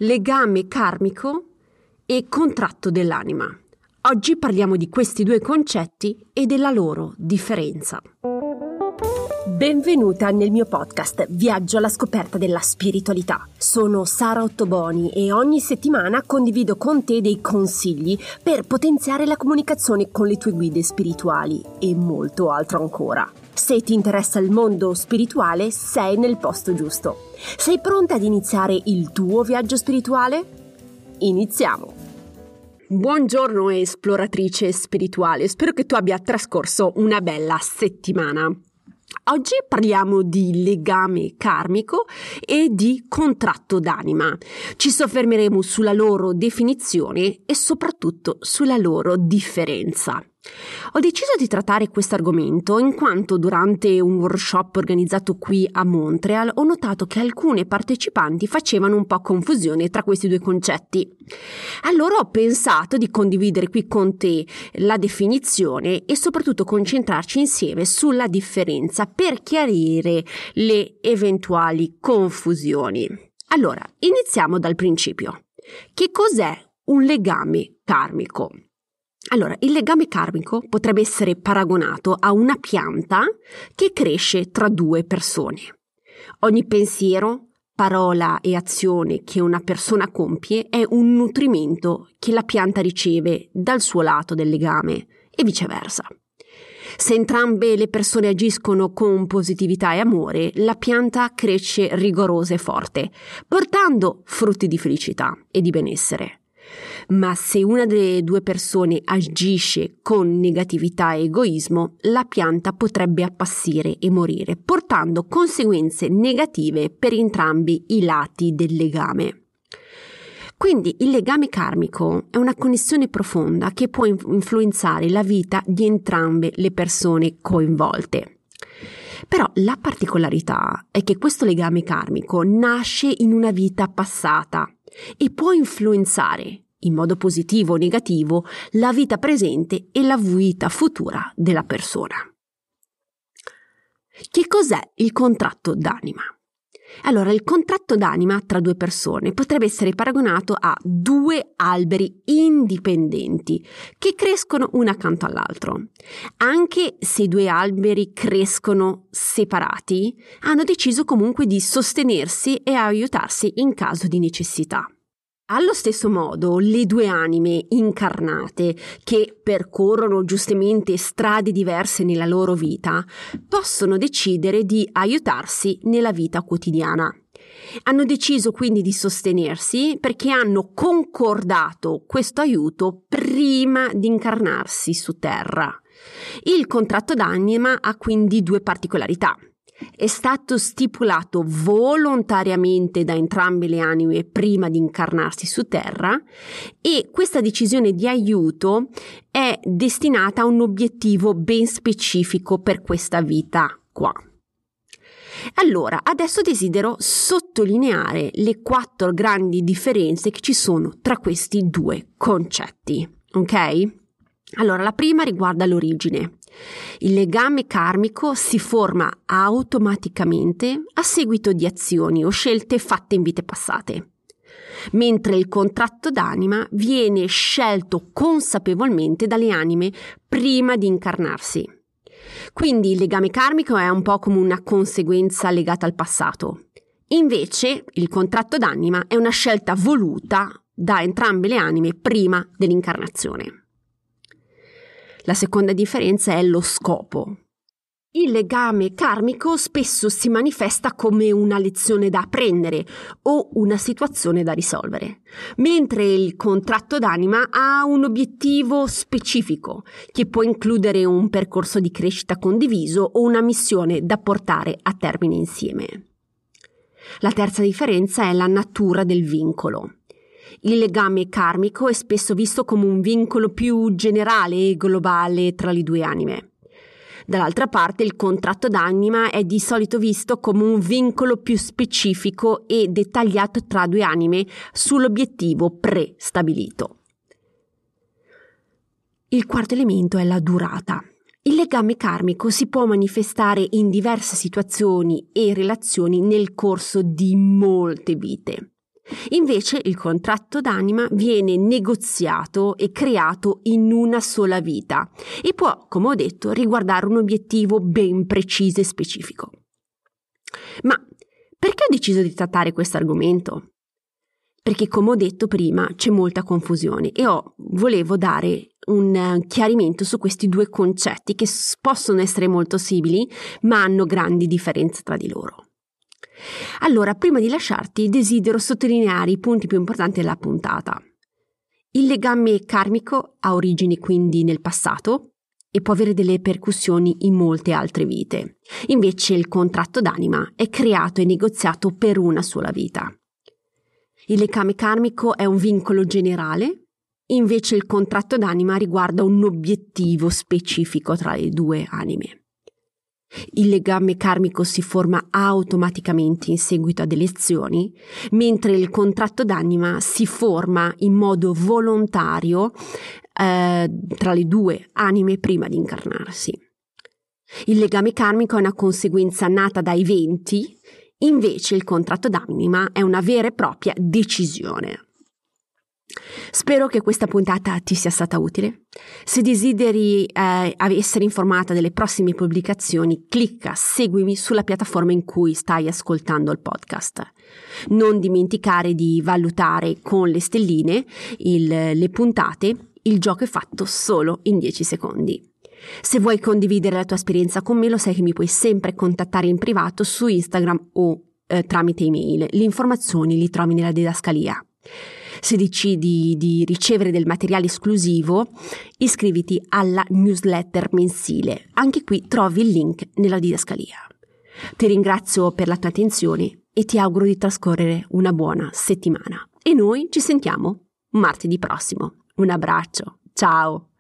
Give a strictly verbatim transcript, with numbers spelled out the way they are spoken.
legame karmico e contratto dell'anima. Oggi parliamo di questi due concetti e della loro differenza. Benvenuta nel mio podcast Viaggio alla scoperta della spiritualità. Sono Sara Ottoboni e ogni settimana condivido con te dei consigli per potenziare la comunicazione con le tue guide spirituali e molto altro ancora. Se ti interessa il mondo spirituale, sei nel posto giusto. Sei pronta ad iniziare il tuo viaggio spirituale? Iniziamo! Buongiorno esploratrice spirituale, spero che tu abbia trascorso una bella settimana. Oggi parliamo di legame karmico e di contratto d'anima. Ci soffermeremo sulla loro definizione e soprattutto sulla loro differenza. Ho deciso di trattare questo argomento in quanto durante un workshop organizzato qui a Montreal ho notato che alcune partecipanti facevano un po' confusione tra questi due concetti. Allora ho pensato di condividere qui con te la definizione e soprattutto concentrarci insieme sulla differenza per chiarire le eventuali confusioni. Allora, iniziamo dal principio. Che cos'è un legame karmico? Allora, il legame karmico potrebbe essere paragonato a una pianta che cresce tra due persone. Ogni pensiero, parola e azione che una persona compie è un nutrimento che la pianta riceve dal suo lato del legame e viceversa. Se entrambe le persone agiscono con positività e amore, la pianta cresce rigorosa e forte, portando frutti di felicità e di benessere. Ma se una delle due persone agisce con negatività e egoismo, la pianta potrebbe appassire e morire, portando conseguenze negative per entrambi i lati del legame. Quindi il legame karmico è una connessione profonda che può influenzare la vita di entrambe le persone coinvolte. Però la particolarità è che questo legame karmico nasce in una vita passata e può influenzare in modo positivo o negativo la vita presente e la vita futura della persona. Che cos'è il contratto d'anima? Allora, il contratto d'anima tra due persone potrebbe essere paragonato a due alberi indipendenti che crescono uno accanto all'altro. Anche se i due alberi crescono separati, hanno deciso comunque di sostenersi e aiutarsi in caso di necessità. Allo stesso modo, le due anime incarnate, che percorrono giustamente strade diverse nella loro vita, possono decidere di aiutarsi nella vita quotidiana. Hanno deciso quindi di sostenersi perché hanno concordato questo aiuto prima di incarnarsi su Terra. Il contratto d'anima ha quindi due particolarità. È stato stipulato volontariamente da entrambe le anime prima di incarnarsi su Terra e questa decisione di aiuto è destinata a un obiettivo ben specifico per questa vita qua. Allora, adesso desidero sottolineare le quattro grandi differenze che ci sono tra questi due concetti, ok? Allora, la prima riguarda l'origine. Il legame karmico si forma automaticamente a seguito di azioni o scelte fatte in vite passate, mentre il contratto d'anima viene scelto consapevolmente dalle anime prima di incarnarsi. Quindi il legame karmico è un po' come una conseguenza legata al passato. Invece il contratto d'anima è una scelta voluta da entrambe le anime prima dell'incarnazione. La seconda differenza è lo scopo. Il legame karmico spesso si manifesta come una lezione da apprendere o una situazione da risolvere, mentre il contratto d'anima ha un obiettivo specifico che può includere un percorso di crescita condiviso o una missione da portare a termine insieme. La terza differenza è la natura del vincolo. Il legame karmico è spesso visto come un vincolo più generale e globale tra le due anime. Dall'altra parte, il contratto d'anima è di solito visto come un vincolo più specifico e dettagliato tra due anime sull'obiettivo prestabilito. Il quarto elemento è la durata. Il legame karmico si può manifestare in diverse situazioni e relazioni nel corso di molte vite. Invece il contratto d'anima viene negoziato e creato in una sola vita e può, come ho detto, riguardare un obiettivo ben preciso e specifico. Ma perché ho deciso di trattare questo argomento? Perché, come ho detto prima, c'è molta confusione e ho, volevo dare un chiarimento su questi due concetti che possono essere molto simili, ma hanno grandi differenze tra di loro. Allora, prima di lasciarti, desidero sottolineare i punti più importanti della puntata. Il legame karmico ha origini quindi nel passato e può avere delle ripercussioni in molte altre vite. Invece il contratto d'anima è creato e negoziato per una sola vita. Il legame karmico è un vincolo generale, invece il contratto d'anima riguarda un obiettivo specifico tra le due anime. Il legame karmico si forma automaticamente in seguito ad elezioni, mentre il contratto d'anima si forma in modo volontario eh, tra le due anime prima di incarnarsi. Il legame karmico è una conseguenza nata da eventi, invece il contratto d'anima è una vera e propria decisione. Spero che questa puntata ti sia stata utile. Se desideri eh, essere informata delle prossime pubblicazioni, clicca seguimi sulla piattaforma in cui stai ascoltando il podcast. Non dimenticare di valutare con le stelline il, le puntate. Il gioco è fatto solo in dieci secondi. Se vuoi condividere la tua esperienza con me, lo sai che mi puoi sempre contattare in privato su Instagram o eh, tramite email. Le informazioni li trovi nella didascalia. Se decidi di ricevere del materiale esclusivo, iscriviti alla newsletter mensile. Anche qui trovi il link nella didascalia. Ti ringrazio per la tua attenzione e ti auguro di trascorrere una buona settimana. E noi ci sentiamo martedì prossimo. Un abbraccio. Ciao!